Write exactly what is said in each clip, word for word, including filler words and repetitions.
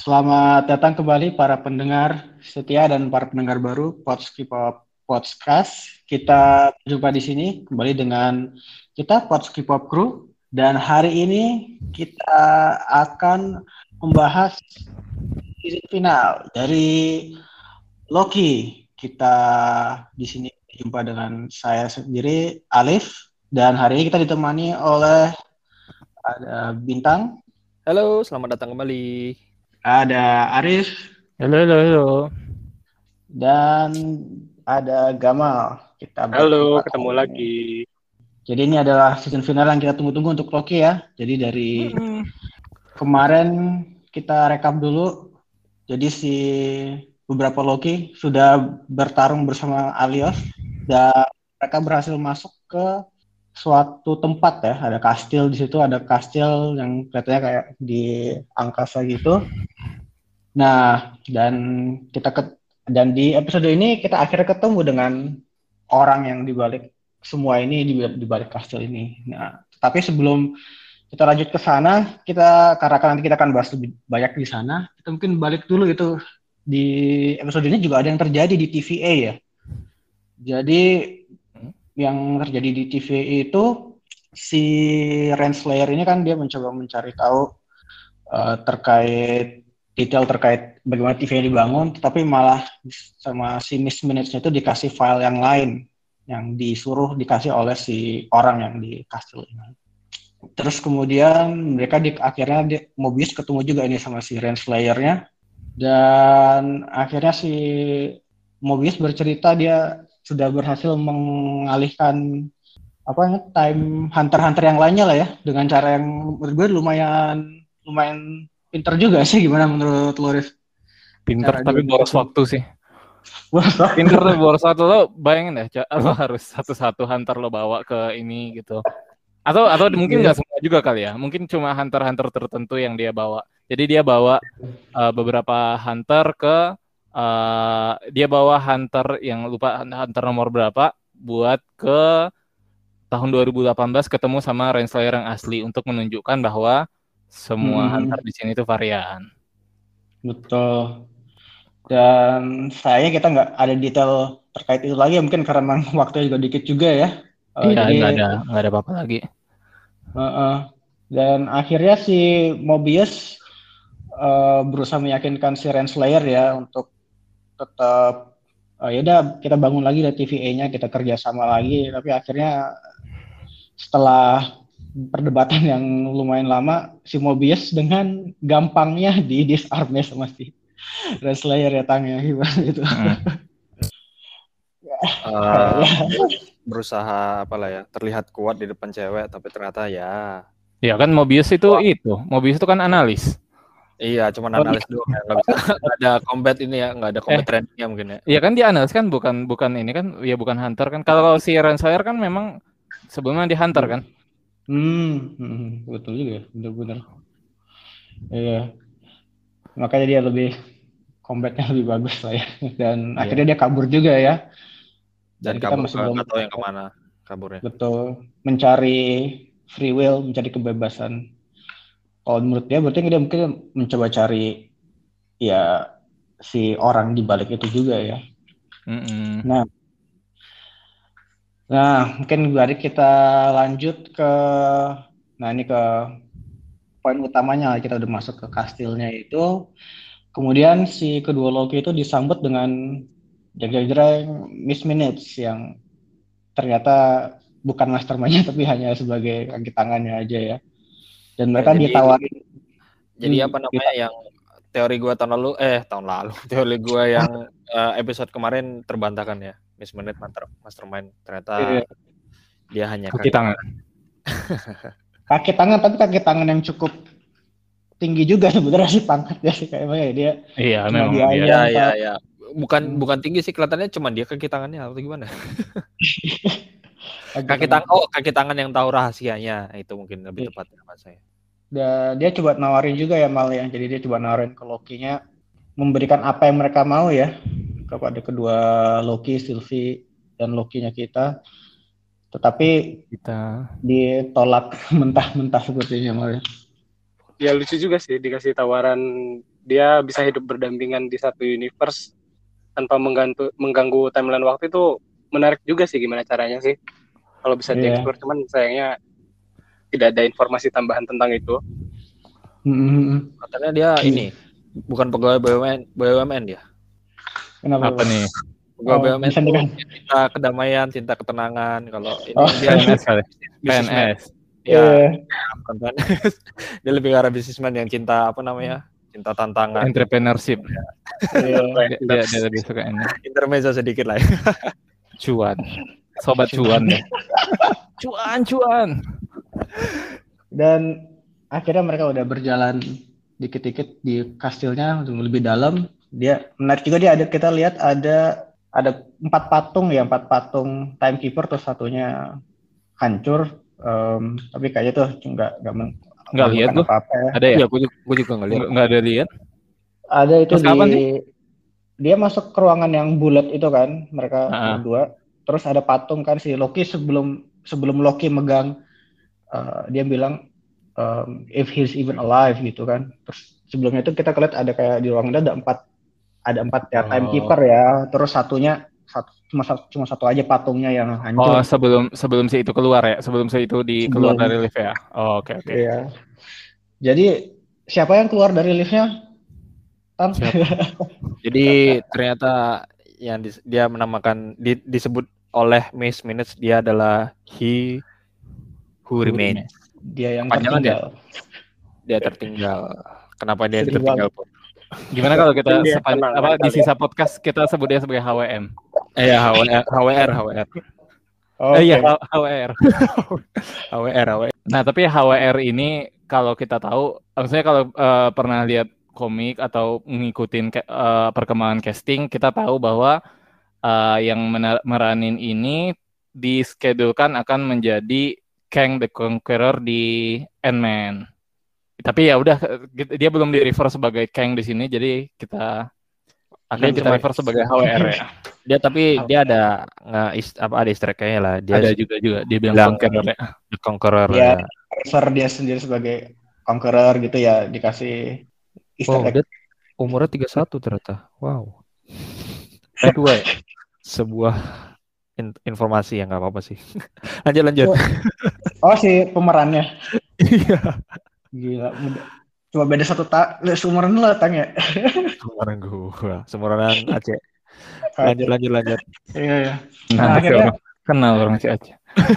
Selamat datang kembali para pendengar setia dan para pendengar baru Podskipop Podcast. Kita berjumpa di sini kembali dengan kita Podskipop Crew dan hari ini kita akan membahas season final dari Loki. Kita di sini berjumpa dengan saya sendiri Alif dan hari ini kita ditemani oleh ada Bintang. Halo, selamat datang kembali. Ada Arif. Halo, halo, halo. Dan ada Gamal. Kita Halo, ketemu lagi. Jadi ini adalah season final yang kita tunggu-tunggu untuk Loki ya. Jadi dari hmm. kemarin kita rekap dulu. Jadi si beberapa Loki sudah bertarung bersama Alios dan mereka berhasil masuk ke suatu tempat ya. Ada kastil di situ, ada kastil yang kelihatannya kayak di angkasa gitu. Nah, dan kita ke, dan di episode ini kita akhirnya ketemu dengan orang yang dibalik semua ini, di, di balik kastil ini. Nah, tapi sebelum kita lanjut ke sana, kita karena nanti kita akan bahas lebih banyak di sana, kita mungkin balik dulu itu di episode ini juga ada yang terjadi di T V A ya. Jadi yang terjadi di T V A itu si Renslayer ini kan dia mencoba mencari tahu uh, terkait detail terkait bagaimana T V yang dibangun, tetapi malah sama si Miss Minutes-nya itu dikasih file yang lain yang disuruh dikasih oleh si orang yang di kastil ini. Terus kemudian mereka di, akhirnya di, Mobius ketemu juga ini sama si Renslayer-nya dan akhirnya si Mobius bercerita dia sudah berhasil mengalihkan apa ya time hunter-hunter yang lainnya lah ya dengan cara yang menurut gue lumayan lumayan pinter juga sih, gimana menurut lo, Rif? Pinter tapi boros waktu sih. Pinter tapi boros waktu. Lo bayangin deh, lo harus satu-satu hunter lo bawa ke ini gitu. Atau atau mungkin nggak semua juga kali ya. Mungkin cuma hunter-hunter tertentu yang dia bawa. Jadi dia bawa uh, beberapa hunter ke uh, dia bawa hunter yang lupa hunter nomor berapa buat ke tahun dua ribu delapan belas ketemu sama Renslayer yang asli untuk menunjukkan bahwa semua hmm. hunter di sini itu varian. Betul. Dan sayangnya kita nggak ada detail terkait itu lagi, mungkin karena waktunya juga dikit juga ya. Iya, uh, nggak ada nggak ada apa-apa lagi. Uh-uh. Dan akhirnya si Mobius uh, berusaha meyakinkan si Renslayer ya untuk tetap uh, ya udah kita bangun lagi dari T V A-nya, kita kerjasama lagi. Tapi akhirnya setelah perdebatan yang lumayan lama, si Mobius dengan gampangnya di disarm sama si Renslayer ya Tang ya, gimana itu. Hmm. uh, berusaha apalah ya, terlihat kuat di depan cewek tapi ternyata ya. Ya kan Mobius itu Wah. itu, Mobius itu kan analis. Iya, cuma analis oh, doang ya, nggak bisa, nggak ada combat ini ya, nggak ada combat eh, trainingnya mungkin ya. Iya kan dia analis kan, bukan bukan ini kan, ya bukan hunter kan. Kalau si Renslayer kan memang sebelumnya di hunter kan. Hmm, hmm, betul juga ya, benar-benar. Iya, makanya dia lebih combatnya lebih bagus lah ya. Dan iya. Akhirnya dia kabur juga ya. Dan, Dan kita masih ke, belum tahu yang kemana kaburnya. Betul, mencari free will, mencari kebebasan. Kalau menurut dia berarti dia mungkin mencoba cari ya si orang di balik itu juga ya. Mm-hmm. Nah, nah mungkin mari kita lanjut ke, nah ini ke poin utamanya, kita udah masuk ke kastilnya itu. Kemudian si kedua Loki itu disambut dengan jeng-jeng Miss Minutes yang ternyata bukan mastermind-nya tapi hanya sebagai kaki tangannya aja ya. Dan mereka ya, jadi, ditawarin. Jadi hmm, apa namanya kita, yang teori gua tahun lalu, eh tahun lalu, teori gua yang uh, episode kemarin terbantahkan ya. Miss Minutes mastermind, ternyata iya. Dia hanya kaki, kaki tangan. Kaki tangan, tapi kaki tangan yang cukup tinggi juga sebenarnya sih pangkatnya sih kayaknya dia. Iya memang. Dia iya iya iya. Bukan hmm. bukan tinggi sih, kelihatannya cuma dia kaki tangannya atau gimana? kaki tangan oh kaki tangan yang tahu rahasianya, itu mungkin lebih tepat ya mas saya. Dan dia coba nawarin juga ya Mal ya, jadi dia coba nawarin ke Loki-nya memberikan apa yang mereka mau ya kepada kedua Loki, Sylvie dan Loki-nya kita, tetapi kita ditolak mentah-mentah sepertinya Mal ya. Ya lucu juga sih dikasih tawaran dia bisa hidup berdampingan di satu universe tanpa mengganggu mengganggu timeline waktu itu menarik juga sih gimana caranya sih kalau bisa Iya. dieksplor, cuman sayangnya tidak ada informasi tambahan tentang itu. Mm-mm. Katanya dia ini bukan pegawai B U M N, B U M N dia. Kenapa? Apa nih? Pegawai Oh, B U M N bisa itu nikah. cinta kedamaian, cinta ketenangan. Kalau ini Oh. dia P N S kali. P N S. Ya, Iya. bukan P N S. Dia lebih ke arah businessman yang cinta apa namanya? Cinta tantangan. Entrepreneurship. Iya. Dia, dia, dia lebih suka ini. Intermezzo sedikit lah. Ya. Cuan. Sobat cuan deh. Cuan, cuan. Dan akhirnya mereka udah berjalan dikit-dikit di kastilnya lebih dalam. Dia menarik juga, dia ada, kita lihat ada ada empat patung ya, empat patung timekeeper, terus satunya hancur. Um, tapi kayaknya tuh nggak nggak men- Nggak lihat bukan gua. apa-apa ya. Ada ya? Iya, gue juga, gue juga nggak lihat. Nggak nggak ada lihat. Ada itu Terus di kapan sih? dia masuk ke ruangan yang bulat itu kan, mereka Ah. berdua. Terus ada patung kan, si Loki sebelum sebelum Loki megang, uh, dia bilang um, if he's even alive gitu kan. Terus sebelumnya itu kita lihat ada kayak di ruangan itu ada empat ada empat ya Oh. timekeeper ya. Terus satunya satu, cuma satu cuma satu aja patungnya yang Oh, hancur. sebelum sebelum si itu keluar ya, sebelum si itu di keluar Sebelum. dari lift ya. Oh, oke oke. Iya. Jadi siapa yang keluar dari liftnya? Tan? Jadi ternyata yang dis- dia menamakan di- disebut oleh Miss Minutes, dia adalah he who remains. Dia yang Kepanjangan tertinggal. Dia tertinggal. Kenapa dia Sedih tertinggal? Pun? Gimana kalau kita Iya, sepan- tenang, apa di kali sisa podcast kita sebut dia sebagai H W M. Eh ya H W R, H W R, H W R. Oh, Eh, iya oke. H W R. H W R, H W R. Nah, tapi H W R ini kalau kita tahu, maksudnya kalau eh, pernah lihat komik atau ngikutin ke- eh, perkembangan casting, kita tahu bahwa eh, yang mena- meranin ini diskedulkan akan menjadi Kang the Conqueror di Ant-Man. Tapi ya udah, dia belum di refer sebagai Kang di sini, jadi kita akan Dia kita cuma- refer sebagai H W R ya. Dia tapi dia ada nggak ist- apa ada easter egg-nya lah. Dia Ada juga juga dia bilang bilang Conqueror ya. The Conqueror. Dia Ya. refer dia sendiri sebagai conqueror gitu ya, dikasih easter Wow, egg. dia umurnya tiga puluh satu ternyata. Wow. Eh, dua ya? Sebuah in- informasi yang nggak apa-apa sih. lanjut lanjut. Oh, si pemerannya. Iya. Gila, muda. Cuma beda satu tak, seumuran lu lah tanya. Seumuran gua, seumuran Aceh. Lanjut lanjut lanjut. Iya, iya. Nah, Nah, tapi akhirnya orang kenal orang si Aceh.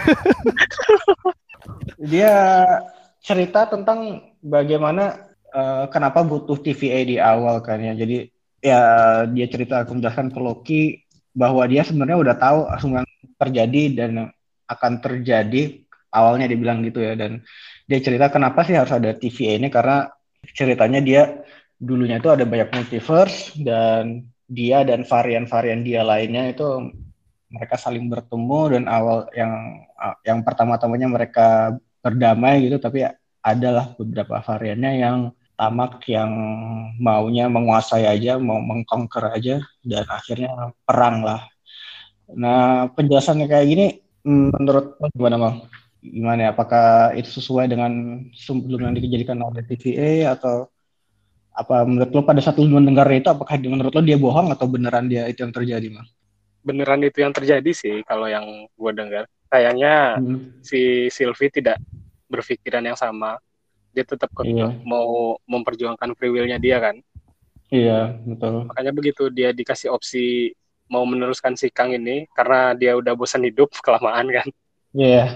dia cerita tentang bagaimana eh, kenapa butuh T V A di awal kan ya. Jadi ya dia cerita, aku menjelaskan ke Loki bahwa dia sebenarnya udah tahu semua yang terjadi dan akan terjadi, awalnya dia bilang gitu ya. Dan dia cerita kenapa sih harus ada T V A ini, karena ceritanya dia dulunya itu ada banyak multiverse dan dia dan varian-varian dia lainnya itu mereka saling bertemu, dan awal yang yang pertama-tamanya mereka berdamai gitu, tapi adalah beberapa variannya yang tamak, yang maunya menguasai aja, mau mengconquer aja, dan akhirnya perang lah. Nah, penjelasannya kayak gini, menurut lo gimana, Bang? Gimana ya? Apakah itu sesuai dengan sebelum yang dijadikan oleh T V A, atau apa menurut lo pada saat lo mendengar itu, apakah menurut lo dia bohong atau beneran dia itu yang terjadi, Bang? Beneran itu yang terjadi sih kalau yang gue dengar. Kayaknya Hmm. si Sylvie tidak berpikiran yang sama. Dia tetap ke- Iya. mau memperjuangkan free will-nya dia kan. Iya, betul. Makanya begitu dia dikasih opsi mau meneruskan si Kang ini karena dia udah bosan hidup kelamaan kan. Iya.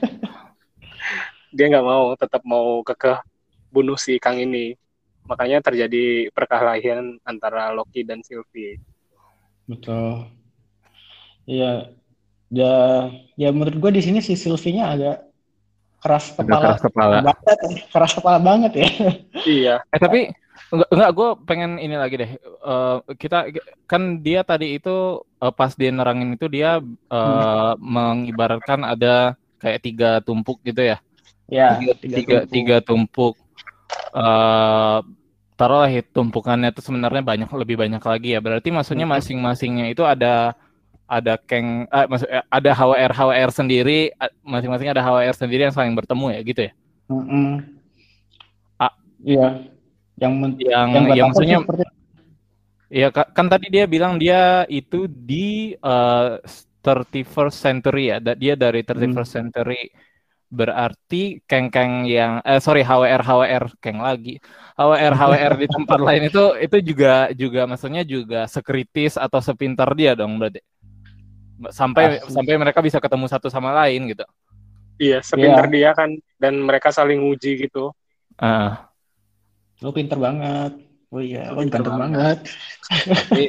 Dia nggak mau, tetap mau kekeh bunuh si Kang ini. Makanya terjadi perkelahian antara Loki dan Sylvie. Betul. Iya. Ya, ya menurut gue di sini si Sylvie-nya agak keras Agak kepala, keras kepala. banget, keras kepala banget ya. Iya. Eh tapi enggak, enggak gue pengen ini lagi deh. Eh, kita kan dia tadi itu eh, pas dia nerangin itu dia eh, mengibaratkan ada kayak tiga tumpuk gitu ya. Ya, tiga tiga, tiga tumpuk. Eh, taruhlah ya, tumpukannya itu sebenarnya banyak, lebih banyak lagi ya. Berarti maksudnya masing-masingnya itu ada ada Kang, eh, maksud, eh, ada H W R H W R sendiri, eh, masing-masing ada H W R sendiri yang saling bertemu ya gitu ya. Mm-mm. Ah. Iya. Yang men- yang yang gua yang tangkap sih maksudnya seperti ya ka- kan tadi dia bilang dia itu di uh, thirty-first century ya. Da- Dia dari thirty-first hmm. century berarti keng-keng yang eh sorry H W R H W R keng lagi. H W R H W R di tempat lain itu itu juga juga maksudnya juga sekritis atau sepintar dia dong berarti. Sampai Asli. sampai mereka bisa ketemu satu sama lain gitu. Iya, sepintar Iya, dia kan, dan mereka saling uji gitu. Ah, lo pinter banget. Oh iya, Lu lo pinter ganteng banget. banget. Tapi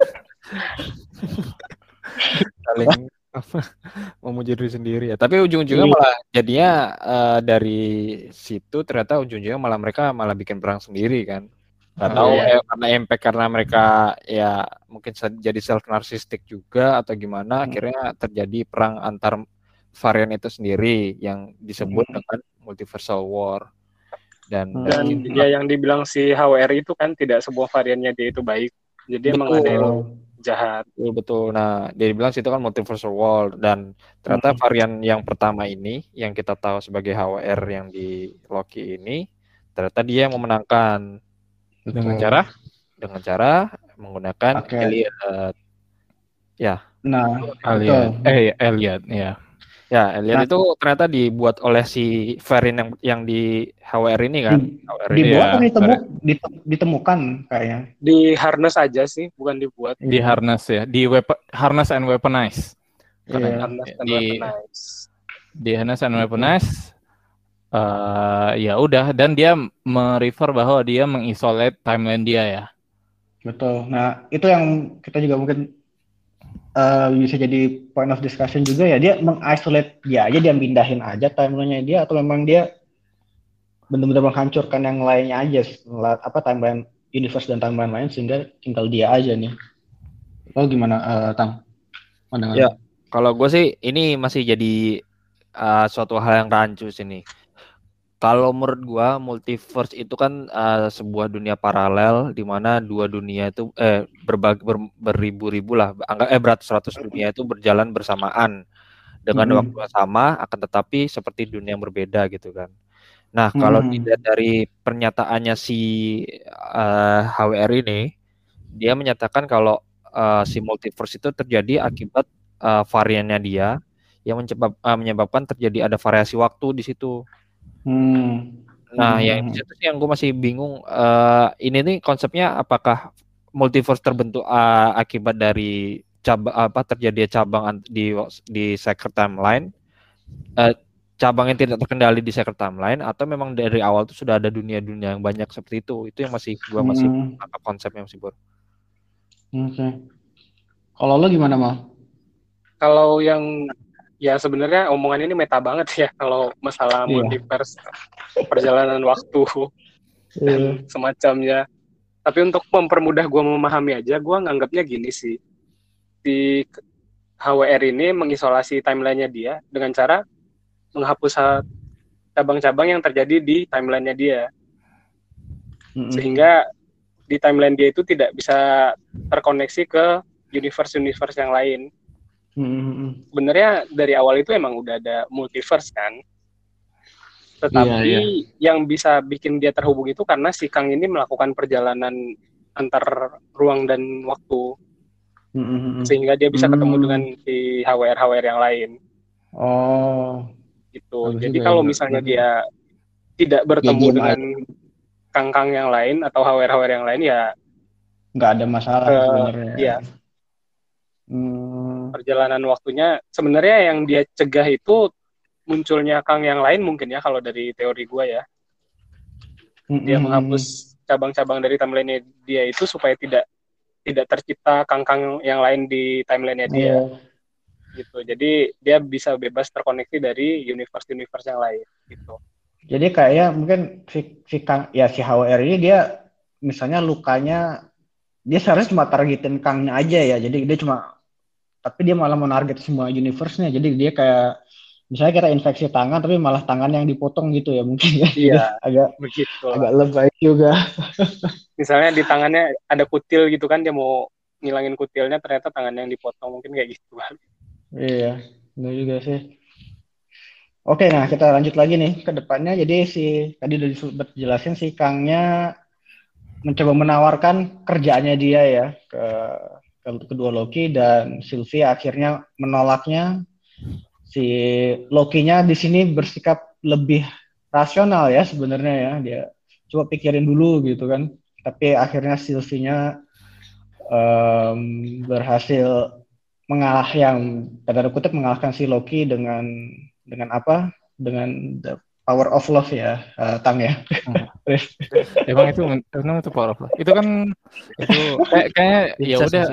saling apa memuji diri sendiri ya. Tapi ujung-ujungnya Iya. malah jadinya eh, dari situ ternyata ujung-ujungnya malah mereka malah bikin perang sendiri kan. Gak Oh, tahu iya. eh, karena impact karena mereka ya mungkin se- jadi self narsistik juga atau gimana Hmm. akhirnya terjadi perang antar varian itu sendiri yang disebut Hmm. dengan multiversal war dan Hmm. dari Dan situ ya yang dibilang si H W R itu kan tidak semua variannya dia itu baik. Jadi emang ada yang Oh. jahat. betul betul. Nah, dia bilang situ kan multiversal war dan ternyata Hmm. varian yang pertama ini yang kita tahu sebagai H W R yang di Loki ini ternyata dia yang memenangkan dengan Betul. cara dengan cara menggunakan Pakai. Elliot. Ya, Nah, Elliot. betul. Eh Elliot ya. ya Elliot Nah, itu ternyata dibuat oleh si varian yang yang di H W R ini kan. di, H W R ini. dibuat Iya, atau ditemu, sorry. dite- ditemukan kayaknya. Di harness aja sih, bukan dibuat. Di Iya. harness ya, di weapon, harness and weaponize. Iya. Harness dan Di weaponize. di harness and weaponize eh ya udah dan dia merefer bahwa dia mengisolate timeline dia ya. Betul. Nah, itu yang kita juga mungkin eh, bisa jadi point of discussion juga ya. Dia mengisolate dia aja, dia pindahin aja timelinenya dia, atau memang dia benar-benar menghancurkan yang lainnya aja, la- apa timeline universe dan timeline lain sehingga tinggal dia aja nih. Lo gimana, eh, Tang? Pandangan Ya, lo? kalau gue sih ini masih jadi uh, suatu hal yang rancu sini. Kalau menurut gua multiverse itu kan uh, sebuah dunia paralel di mana dua dunia itu eh berbagi ber, beribu-ribu lah anggap eh beratus-ratus dunia itu berjalan bersamaan dengan Mm-mm. waktu yang sama akan tetapi seperti dunia yang berbeda gitu kan. Nah, kalau Mm-mm. dilihat dari pernyataannya si uh, H W R ini, dia menyatakan kalau uh, si multiverse itu terjadi akibat uh, variannya dia yang menyebab, uh, menyebabkan terjadi ada variasi waktu di situ. Hmm. Nah, Hmm. yang di situ sih yang gue masih bingung. Uh, ini nih konsepnya apakah multiverse terbentuk uh, akibat dari cabang apa terjadi cabang di di Sacred Timeline, uh, cabang yang tidak terkendali di Sacred Timeline, atau memang dari awal tuh sudah ada dunia-dunia yang banyak seperti itu. Itu yang masih gue masih Hmm. apa konsepnya masih bor. Oke. Kalau lo gimana, Mal? Kalau yang ya sebenarnya omongan ini meta banget ya kalau masalah Iya. multiverse, perjalanan waktu dan Iya. semacamnya. Tapi untuk mempermudah gue memahami aja, gue nganggapnya gini sih. Di H W R ini mengisolasi timelinenya dia dengan cara menghapus cabang-cabang yang terjadi di timelinenya dia. Mm-mm. Sehingga di timeline dia itu tidak bisa terkoneksi ke universe-universe yang lain. Mm-mm. Sebenarnya dari awal itu emang udah ada multiverse kan. Tetapi Iya, iya. yang bisa bikin dia terhubung itu karena si Kang ini melakukan perjalanan antar ruang dan waktu. Mm-mm. Sehingga dia bisa ketemu Hmm. dengan si H W R H W R yang lain. Oh, Gitu. bagus Jadi juga kalau ya. misalnya Berarti dia tidak dia bertemu diam dengan aja, Kang-Kang yang lain atau H W R H W R yang lain ya nggak ada masalah eh, sebenarnya. ya Hmm. perjalanan waktunya sebenarnya yang dia cegah itu munculnya Kang yang lain mungkin ya kalau dari teori gue ya. Dia Mm-mm. menghapus cabang-cabang dari timeline dia itu supaya tidak tidak tercipta Kang-Kang yang lain di timeline-nya dia. Iya. Gitu. Jadi dia bisa bebas terkoneksi dari universe-universe yang lain gitu. Jadi kayak mungkin si, si Kang, ya si H W R ini dia misalnya lukanya dia seharusnya cuma targetin Kangnya aja ya. Jadi dia cuma, tapi dia malah mau target semua universe-nya. Jadi dia kayak misalnya kita infeksi tangan tapi malah tangan yang dipotong gitu ya mungkin ya. Jadi Iya, agak begitu agak lah. lebay juga. Misalnya di tangannya ada kutil gitu kan, dia mau ngilangin kutilnya ternyata tangan yang dipotong, mungkin kayak gitu kan. Iya, benar juga sih. Oke, nah kita lanjut lagi nih ke depannya. Jadi si tadi udah disebut jelasin si Kangnya mencoba menawarkan kerjaannya dia ya ke, ke kedua Loki, dan Sylvie akhirnya menolaknya. Si Loki-nya di sini bersikap lebih rasional ya sebenarnya ya, dia coba pikirin dulu gitu kan, tapi akhirnya Sylvie-nya um, berhasil mengalah yang tanda kutip mengalahkan si Loki dengan dengan apa? Dengan the power of love ya, uh, Tang ya. Hmm. Emang itu emang itu power of love. Itu kan itu kayak kayaknya ya udah.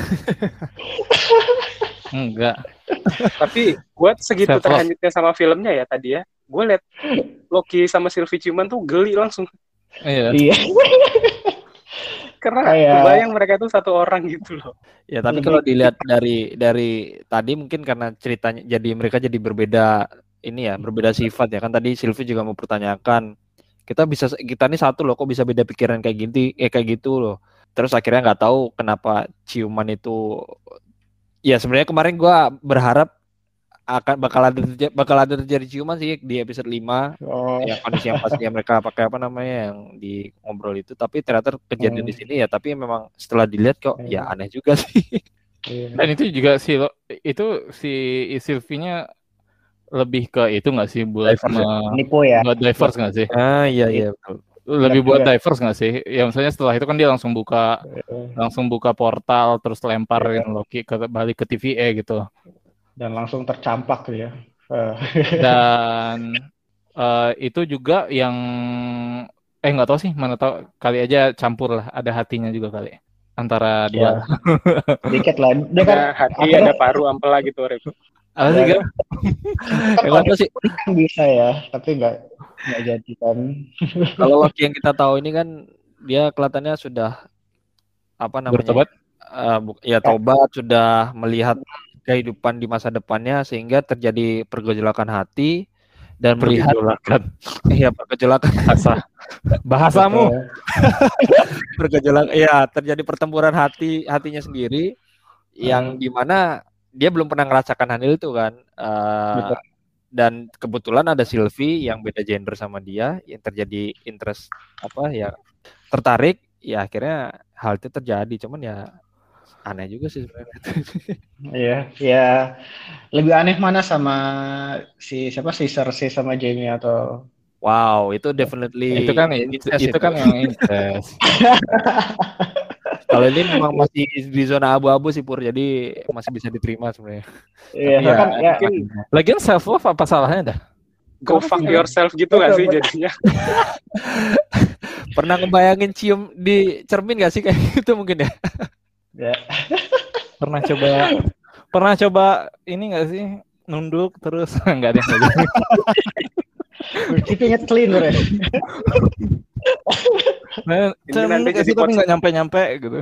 Enggak. Tapi gue segitu terhanyutnya sama filmnya ya tadi ya. Gue liat Loki sama Sylvie ciuman tuh geli langsung. Iya. Iya. Karena Kayak... kebayang mereka tuh satu orang gitu loh. Ya tapi kalau dilihat dari dari tadi mungkin karena ceritanya jadi mereka jadi berbeda ini ya, berbeda sifat ya kan. Tadi Sylvie juga mau pertanyakan, kita bisa kita nih satu loh, kok bisa beda pikiran kayak gini, eh kayak gitu loh. Terus akhirnya nggak tahu kenapa ciuman itu. Ya sebenarnya kemarin gue berharap akan bakal ada bakal ada terjadi ciuman sih di episode lima. Oh. Yang kondisi yang pasti mereka pakai apa namanya yang di ngobrol itu, tapi ternyata kejadian hmm. di sini ya, tapi memang setelah dilihat kok hmm. ya aneh juga sih. Dan itu juga si itu si Sylvie-nya lebih ke itu nggak sih buat nipu ya, buat diverse nggak sih? Ah iya iya betul. Lebih buat diverse nggak sih? Ya misalnya setelah itu kan dia langsung buka yeah. langsung buka portal terus lemparin yeah. Loki ke balik ke T V A gitu. Dan langsung tercampak ya. Dan uh, itu juga yang eh nggak tahu sih, mana tahu kali aja campur lah, ada hatinya juga kali antara dua. Yeah. Dikit lah. Dia kan hati ada, ada paru ampela gitu, Rep. Apa sih kan? Kalau sih bisa ya, tapi nggak nggak jadi kan. Kalau Loki yang kita tahu ini kan dia kelihatannya sudah apa namanya? Bertobat? Uh, ya tobat, sudah melihat kehidupan di masa depannya sehingga terjadi pergejolakan hati dan melihat iya pergejolakan bahasa bahasamu pergejolakan ya terjadi pertempuran hati hatinya sendiri hmm. yang dimana dia belum pernah ngerasakan hal itu kan. Uh, dan kebetulan ada Sylvie yang beda gender sama dia yang terjadi interest apa ya tertarik ya, akhirnya hal itu terjadi, cuman ya aneh juga sih sebenarnya. Iya, ya lebih aneh mana sama si siapa si Cersei sama Jaime atau wow itu definitely itu kan itu, itu kan yang interest. Kalau ini memang masih di zona abu-abu sih Pur, jadi masih bisa diterima sebenarnya. Iya, ya, kan ya. Lagian self love apa salahnya dah? Go fuck yourself gitu nggak sih jadinya? Pernah ngebayangin cium di cermin nggak sih kayak gitu mungkin ya? Ya. Pernah coba pernah coba ini nggak sih nunduk terus nggak ada yang lagi. Berciptanya clean bro. Nah, nunduk sih tapi nggak nyampe-nyampe gitu.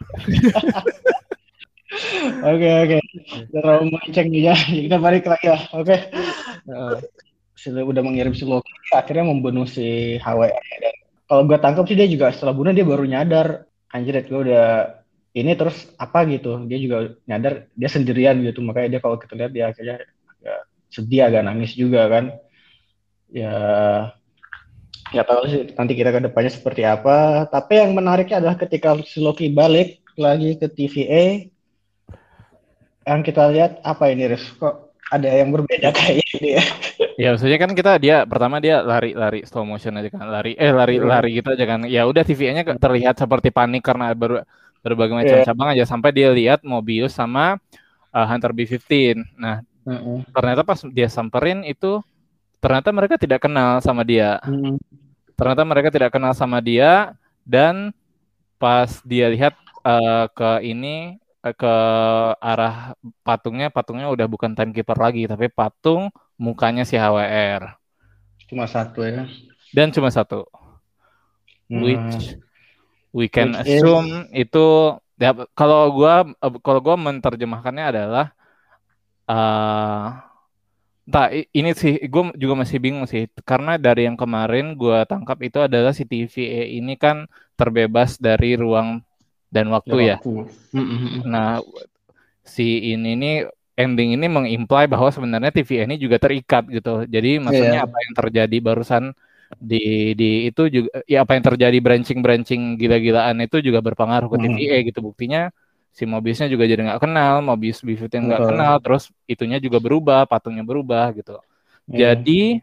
Oke oke. Terlalu menceng dia. Kita balik lagi ya. Oke. Sudah udah mengirim si Loki, akhirnya membunuh si H W R. Dan kalau gue tangkap sih dia juga setelah bunuh dia baru nyadar, anjir gue udah ini terus apa gitu. Dia juga nyadar dia sendirian gitu, makanya dia kalau kita lihat dia akhirnya agak sedih, agak nangis juga kan. Ya nggak tahu sih nanti kita ke depannya seperti apa. Tapi yang menariknya adalah ketika si Loki balik lagi ke T V A, yang kita lihat apa ini Riz? Kok ada yang berbeda kayak ini ya? Ya maksudnya kan kita dia pertama dia lari-lari slow motion aja kan, lari eh lari-lari gitu aja kan. Ya udah T V A-nya terlihat seperti panik karena baru berbagai macam yeah. cabang aja sampai dia lihat Mobius sama uh, Hunter B lima belas. Nah, uh-uh. ternyata pas dia samperin itu ternyata mereka tidak kenal sama dia. Uh-uh. Ternyata mereka tidak kenal sama dia dan pas dia lihat uh, ke ini uh, ke arah patungnya, patungnya udah bukan timekeeper lagi tapi patung mukanya si H W R. Cuma satu ya. Dan cuma satu. Hmm. Which we can Which assume is... itu ya, kalau gua kalau gua menerjemahkannya adalah uh, entah ini sih gua juga masih bingung sih karena dari yang kemarin gua tangkap itu adalah si T V A ini kan terbebas dari ruang dan waktu ya. Waktu. ya. Nah, si ini nih ending ini mengimply bahwa sebenarnya T V A ini juga terikat gitu. Jadi maksudnya yeah. apa yang terjadi barusan di di itu juga ya apa yang terjadi branching-branching gila-gilaan itu juga berpengaruh ke T V A gitu. Buktinya si Mobiusnya juga jadi nggak kenal, Mobius Bifutnya nggak kenal, terus itunya juga berubah, patungnya berubah gitu. Yeah. Jadi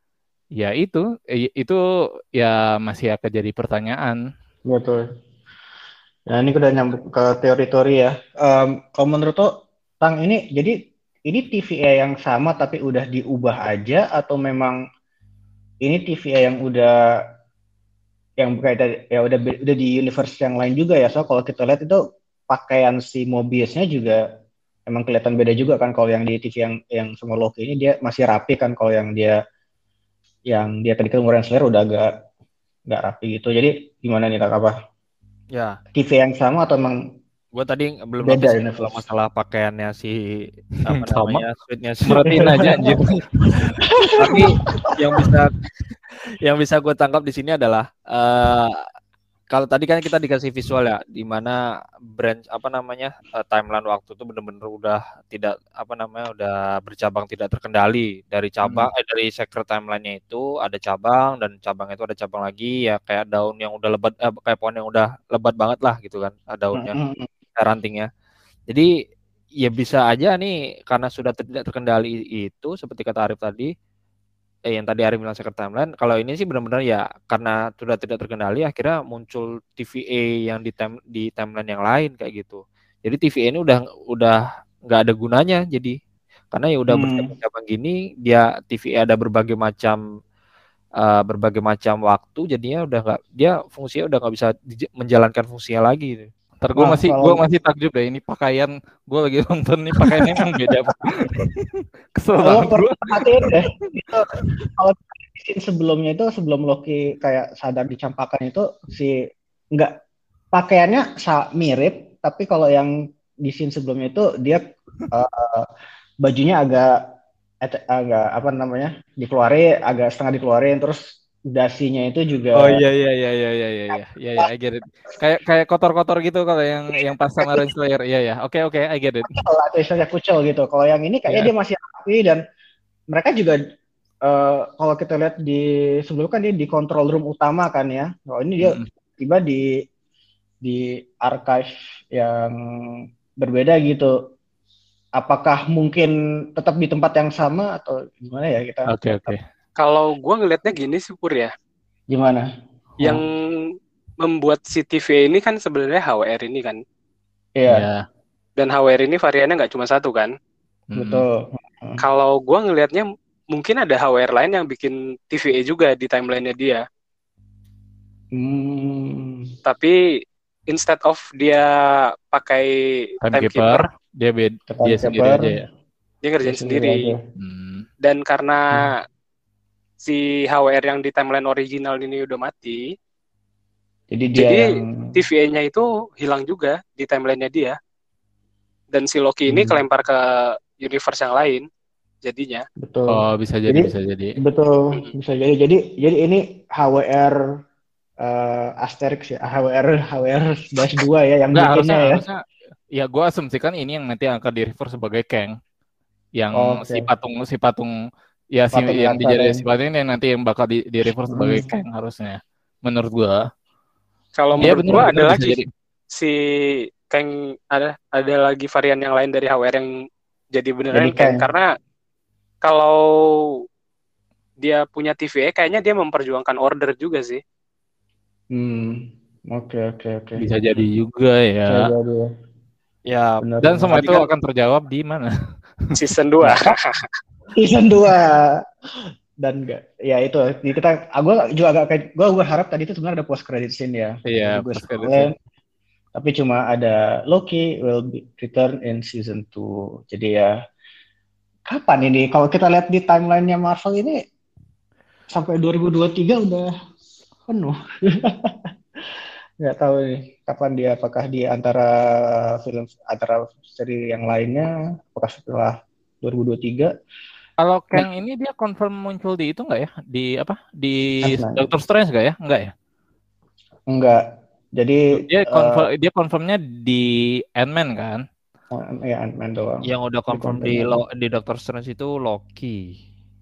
ya itu itu ya masih akan jadi pertanyaan. Betul. Nah ini udah nyambung ke teori-teori ya. Um, kalau menurut lo, Tang, ini jadi ini T V A yang sama tapi udah diubah aja atau memang ini T V A yang udah yang berkaitan ya udah udah di universe yang lain juga ya. So kalau kita lihat itu pakaian si Mobiusnya juga emang kelihatan beda juga kan. Kalau yang di T V yang yang sama Loki ini dia masih rapi kan. Kalau yang dia yang dia tadi kemudian Slayer udah agak nggak rapi gitu. Jadi gimana nih, tak apa? Ya. T V yang sama atau emang gue tadi belum beda notice kalau masalah pakaiannya si apa namanya suitnya si merhatiin aja anjir. Tapi yang bisa yang bisa gue tangkap di sini adalah uh, kalau tadi kan kita dikasih visual ya, di mana branch apa namanya uh, timeline waktu itu benar-benar udah tidak apa namanya udah bercabang, tidak terkendali dari cabang hmm. eh dari secret timeline-nya itu ada cabang dan cabang itu ada cabang lagi ya kayak daun yang udah lebat eh, kayak pohon yang udah lebat banget lah gitu kan daunnya hmm. rantingnya. Jadi ya bisa aja nih karena sudah tidak terkendali itu seperti kata Arif tadi. Eh, yang tadi Arif bilang secret timeline, kalau ini sih benar-benar ya karena sudah tidak terkendali akhirnya muncul T V A yang di time, di timeline yang lain kayak gitu. Jadi T V A ini udah udah nggak ada gunanya jadi karena ya udah hmm. bercabang-cabang gini dia T V A ada berbagai macam uh, berbagai macam waktu jadinya udah nggak dia fungsinya udah nggak bisa di, menjalankan fungsinya lagi gitu. Ntar gue masih gue masih takjub deh ini pakaian gue lagi nonton nih pakaiannya emang beda. Kesel banget gue. Perhatiin deh. Itu kalau sebelumnya itu sebelum Loki kayak sadar dicampakan itu si nggak pakaiannya mirip tapi kalau yang di scene sebelumnya itu dia uh, bajunya agak agak apa namanya dikeluarin agak setengah dikeluarin terus dasinya itu juga oh iya iya iya iya iya iya iya iya ya, I get it kayak kayak kotor-kotor gitu kalau yang yang pas sama Renslayer iya ya oke oke I get it atau istilahnya kucel gitu kalau yang ini kayaknya yeah. dia masih rapi dan mereka juga uh, kalau kita lihat di sebelumnya kan dia di control room utama kan ya kalau ini dia mm-hmm. tiba di di archive yang berbeda gitu apakah mungkin tetap di tempat yang sama atau gimana ya kita oke okay, oke okay. Kalau gue ngelihatnya gini sih Pur ya. Gimana? Yang oh. membuat si T V A ini kan sebenarnya H W R ini kan. Iya. Yeah. Dan H W R ini variannya nggak cuma satu kan. Betul. Hmm. Kalau gue ngelihatnya mungkin ada H W R lain yang bikin T V A juga di timelinenya dia. Hmm. Tapi instead of dia pakai timekeeper, time dia bed, dia sendiri aja ya. Dia ngerjain dia sendiri. Hmm. Dan karena hmm. si H W R yang di timeline original ini udah mati. Jadi dia jadi yang... T V A-nya itu hilang juga di timeline-nya dia. Dan si Loki ini hmm. kelempar ke universe yang lain jadinya. Betul. Oh, bisa jadi, jadi bisa jadi. Betul, bisa jadi. Jadi jadi ini H W R uh, Asterix ya, H W R H W R dash dua ya yang Nggak, bikinnya harusnya, ya. Harusnya, ya gue asumsikan ini yang nanti akan di reverse sebagai Kang. Yang oh, okay. si patung si patung ya si patung yang dijadikan si patung ini nanti yang bakal di, di reverse sebagai hmm. Kang harusnya. Menurut gue. Kalau menurut ya, gue ada lagi jadi. si Kang ada ada lagi varian yang lain dari H W R yang jadi beneran Kang karena kalau dia punya T V A kayaknya dia memperjuangkan order juga sih. Hmm. Oke okay, oke okay, oke. Okay. Bisa jadi juga ya. Bisa jadi. Ya, benar, dan semua itu kan akan terjawab di mana? Season dua. Season dua. Dan enggak ya itu kita gue juga agak kayak gue gue harap tadi itu sebenarnya ada post credit scene ya. Iya, post credit scene. Tapi cuma ada Loki will be return in season two. Jadi ya kapan ini kalau kita lihat di timeline-nya Marvel ini sampai dua ribu dua puluh tiga udah penuh. Nggak tahu nih kapan dia apakah di antara film antara seri yang lainnya apakah setelah dua ribu dua puluh tiga. Kalau Kang nah, ini dia confirm muncul di itu nggak ya? Di apa? Di Doctor Strange nggak ya? Enggak ya? Enggak. Jadi dia confirm uh, dia confirmnya di Ant-Man kan? Oh, ya Ant-Man doang. Yang udah confirm di, di, di Doctor Strange itu Loki.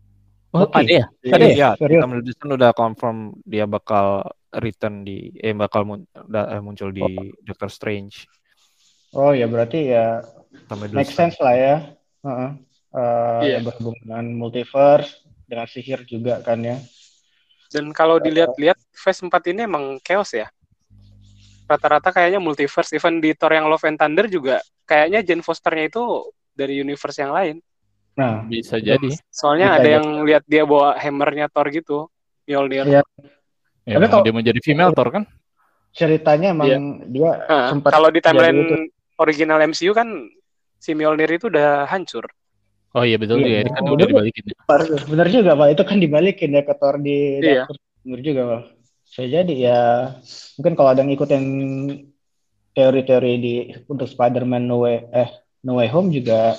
Oh, Oke. ada ya? Iya, Ada ya? Iya, serius. Tom Hiddleston udah confirm dia bakal return di eh bakal mun- da- eh, muncul di Doctor Strange. Oh ya berarti ya Tom make Hiddleston. sense lah ya. Heeh. Eh, Iya. yang berhubungan dengan multiverse, dengan sihir juga kan ya. Dan kalau dilihat-lihat Phase empat ini emang chaos ya. Rata-rata kayaknya multiverse. Even di Thor yang Love and Thunder juga kayaknya Jane Fosternya itu dari universe yang lain. Nah, Bisa itu jadi. Soalnya bisa ada jadi. yang lihat dia bawa hammernya Thor gitu, Mjolnir. Iya. Ya, Tapi memang kalau dia mau jadi female Thor kan? ceritanya emang Iya. dia Nah, sempat kalau di jadi timeline itu. original M C U kan si Mjolnir itu udah hancur. Oh iya betul Iya, juga. bener. Kan Oh, udah bener. dibalikin. Ya. Bener juga Pak, itu kan dibalikin ya ke Thor di Iya. dapur. Bener juga Pak. Saya jadi ya mungkin kalau ada yang ngikutin teori-teori di untuk Spider-Man No Way eh No Way Home juga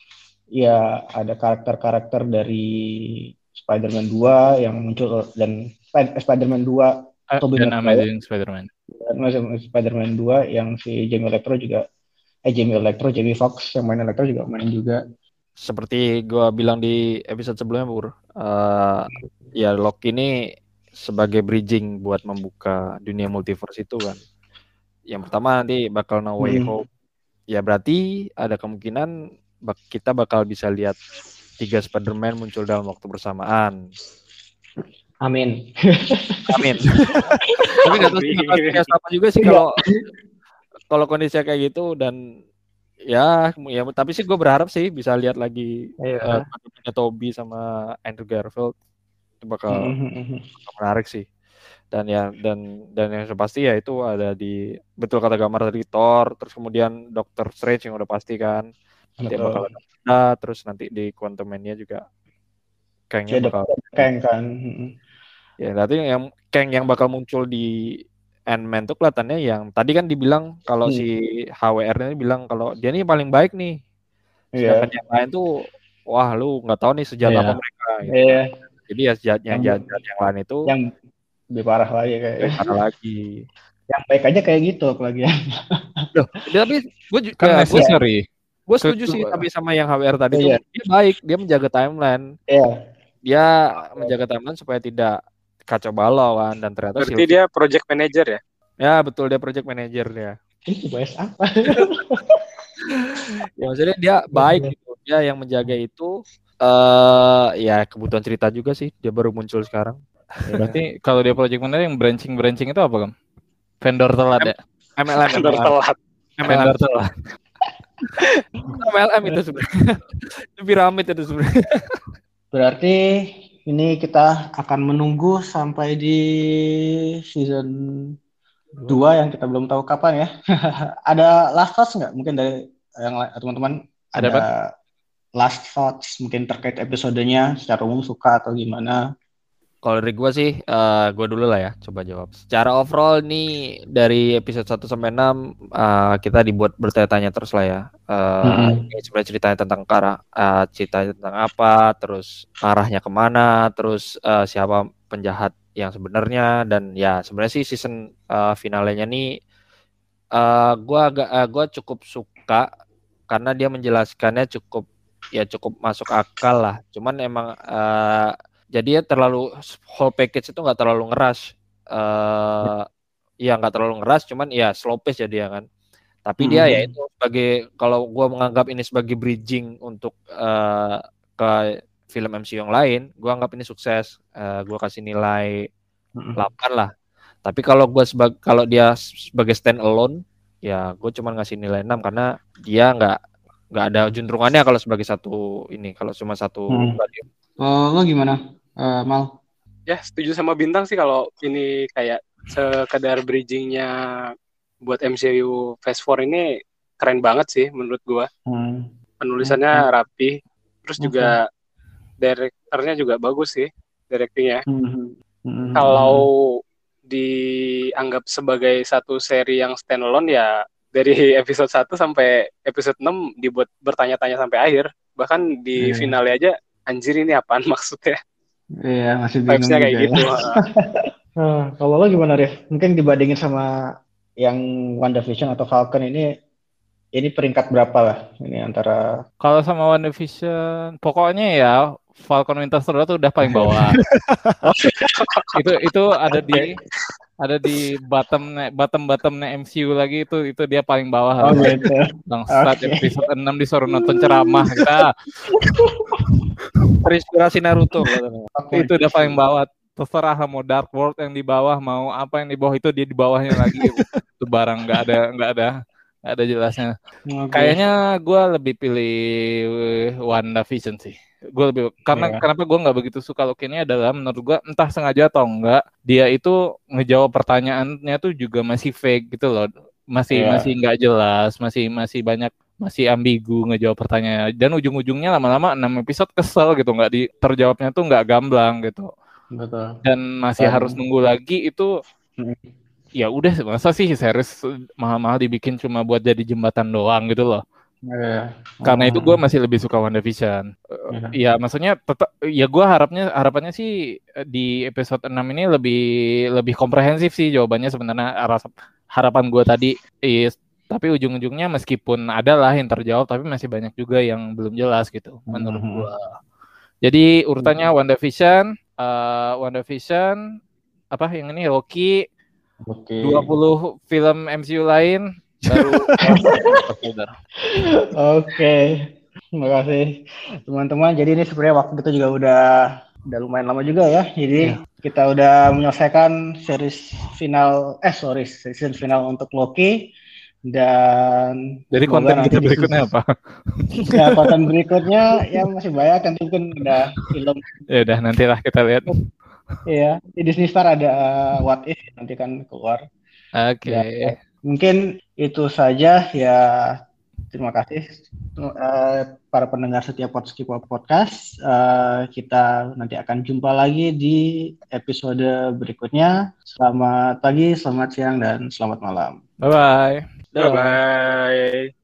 ya ada karakter-karakter dari Spider-Man dua yang muncul dan Sp- Spider-Man dua Ah, Tobey dan Maguire Amazing Spider-Man. dan masih Spider-Man dua yang si Jamie Electro juga eh Jamie Electro, Jamie Foxx yang main Electro juga main juga. Seperti gua bilang di episode sebelumnya, Bur. eh, ya Loki ini sebagai bridging buat membuka dunia multiverse itu kan. Yang pertama nanti bakal No Way Hmm. Home. Ya berarti ada kemungkinan bak- kita bakal bisa lihat tiga Spider-Man muncul dalam waktu bersamaan. Amin. Amin. Tapi nggak tahu sih bakal kayak sama juga sih kalau kalau kondisinya kayak gitu dan ya ya tapi sih gue berharap sih bisa lihat lagi Iya. uh, Toby sama Andrew Garfield itu bakal, Mhm. bakal menarik sih. Dan ya dan dan yang pasti ya itu ada di betul kata Gamar tadi Thor, terus kemudian Doctor Strange yang udah pasti kan dia Betul. bakal ada, terus nanti di Quantum Mania juga Kangnya Dia bakal dapat Kang kan. Mhm. ya nanti yang Kang yang bakal muncul di Ant-Man tuh kelihatannya yang tadi kan dibilang kalau Hmm. si H W R ini bilang kalau dia nih paling baik nih, sedangkan Iya. yang lain tuh wah lu nggak tahu nih sejahat Iya. apa mereka gitu Iya. kan. Jadi ya sejahatnya Yang jahat yang lain itu yang lebih parah lagi kayak. lebih parah lagi. Yang baik aja kayak gitu apalagi. Loh, tapi gue juga Kan gue necessary. gue setuju sih tapi sama yang H W R tadi Iya. tuh dia baik, dia menjaga timeline. Iya. Dia menjaga timeline supaya tidak kacau balau kan dan ternyata Berarti Sylvie- dia project manager ya? ya betul dia project manager dia. Ini bahas apa? Ya maksudnya dia baik gitu. Dia yang menjaga itu eh ya kebutuhan cerita juga sih. Dia baru muncul sekarang. Ya, berarti kalau dia project manager yang branching-branching itu apa, Kam? Vendor telat ya? M L M, Vendor telat. M L M, Vendor telat. M L M itu sebenarnya. Itu piramid itu sebenarnya. Berarti ini kita akan menunggu sampai di season dua yang kita belum tahu kapan ya. Ada last thoughts nggak mungkin dari yang la- teman-teman? Ada Ada last thoughts mungkin terkait episodenya secara umum suka atau gimana? Kalau dari gue sih, uh, gue dulu lah ya, coba jawab. Secara overall nih dari episode satu sampai enam uh, kita dibuat bertanya-tanya terus lah ya. Uh, Mm-hmm. Ini sebenarnya ceritanya tentang arah, uh, ceritanya tentang apa, terus arahnya kemana, terus uh, siapa penjahat yang sebenarnya dan ya sebenarnya sih season uh, finalenya nih, uh, gue agak, uh, gue cukup suka karena dia menjelaskannya cukup ya cukup masuk akal lah. Cuman emang uh, jadi ya terlalu whole package itu nggak terlalu ngeras, uh, ya nggak terlalu ngeras, cuman ya slow pace jadi ya kan. Tapi dia Mm-hmm. ya itu sebagai kalau gue menganggap ini sebagai bridging untuk uh, ke film M C U yang lain, gue anggap ini sukses. Uh, gue kasih nilai Mm-hmm. delapan lah. Tapi kalau gue sebagai kalau dia sebagai stand alone, ya gue cuma ngasih nilai enam karena dia nggak nggak ada juntrungannya kalau sebagai satu ini kalau cuma satu. Hmm. Oh, lo gimana? Uh, Mal? Ya setuju sama Bintang sih kalau ini kayak sekedar bridgingnya buat M C U Phase empat ini keren banget sih menurut gua. Hmm. Penulisannya Hmm. rapi, terus Hmm. juga direkturnya juga bagus sih directingnya. Hmm. Hmm. Kalau dianggap sebagai satu seri yang standalone ya dari episode satu sampai episode enam dibuat bertanya-tanya sampai akhir. Bahkan di yeah. finalnya aja anjir ini apaan maksudnya. Iya, masih bingung Vibes-nya kayak juga gitu. ya. Nah, kalau lo gimana, Rif? Mungkin dibandingin sama yang WandaVision atau Falcon ini, ini peringkat berapa lah? Ini antara... Kalau sama WandaVision, pokoknya ya Falcon Winter Soldier tuh udah paling bawah. itu itu ada di ada di bottom bottom bottomnya M C U lagi, itu itu dia paling bawah. Oh gitu. Bangsat, okay. Episode enam disuruh nonton ceramah kita. Terinspirasi Naruto. Okay. Itu udah paling bawah. Terserah mau Dark World yang di bawah, mau apa yang di bawah, itu dia di bawahnya lagi. Itu barang nggak ada nggak ada nggak ada jelasnya. Okay. Kayaknya gue lebih pilih WandaVision sih. Gue lebih karena yeah. Kenapa gue nggak begitu suka Loki ini adalah menurut gue entah sengaja atau enggak, dia itu ngejawab pertanyaannya tuh juga masih fake gitu loh, masih yeah. masih nggak jelas, masih masih banyak masih ambigu ngejawab pertanyaan, dan ujung-ujungnya lama-lama enam episode kesel gitu, nggak di terjawabnya tuh nggak gamblang gitu. Betul. Dan masih um. harus nunggu lagi itu. Ya udah, masa sih series mahal-mahal dibikin cuma buat jadi jembatan doang gitu loh. Yeah. Karena itu gue masih lebih suka WandaVision. Yeah. Ya maksudnya tetap, ya gue harapnya harapannya sih di episode enam ini lebih lebih komprehensif sih jawabannya sebenarnya. Harapan gue tadi is, tapi ujung-ujungnya meskipun ada lah yang terjawab, tapi masih banyak juga yang belum jelas gitu menurut mm-hmm. gue. Jadi urutannya WandaVision, uh, WandaVision, apa yang ini Loki, okay. dua puluh film M C U lain. Baru Oke, terima kasih teman-teman. Jadi ini sebenarnya waktu kita juga udah udah lumayan lama juga ya. Jadi yeah. kita udah menyelesaikan series final, eh sorry, season final untuk Loki. Dan jadi konten kita berikutnya apa? Ya konten berikutnya ya masih banyak, nanti mungkin udah film. Ya udah, nantilah kita lihat. Iya, di Disney Star ada uh, What If nanti kan keluar. Oke. Okay. Ya, mungkin itu saja ya. Terima kasih uh, para pendengar setiap podcast. Uh, kita nanti akan jumpa lagi di episode berikutnya. Selamat pagi, selamat siang, dan selamat malam. Bye bye. Bye bye.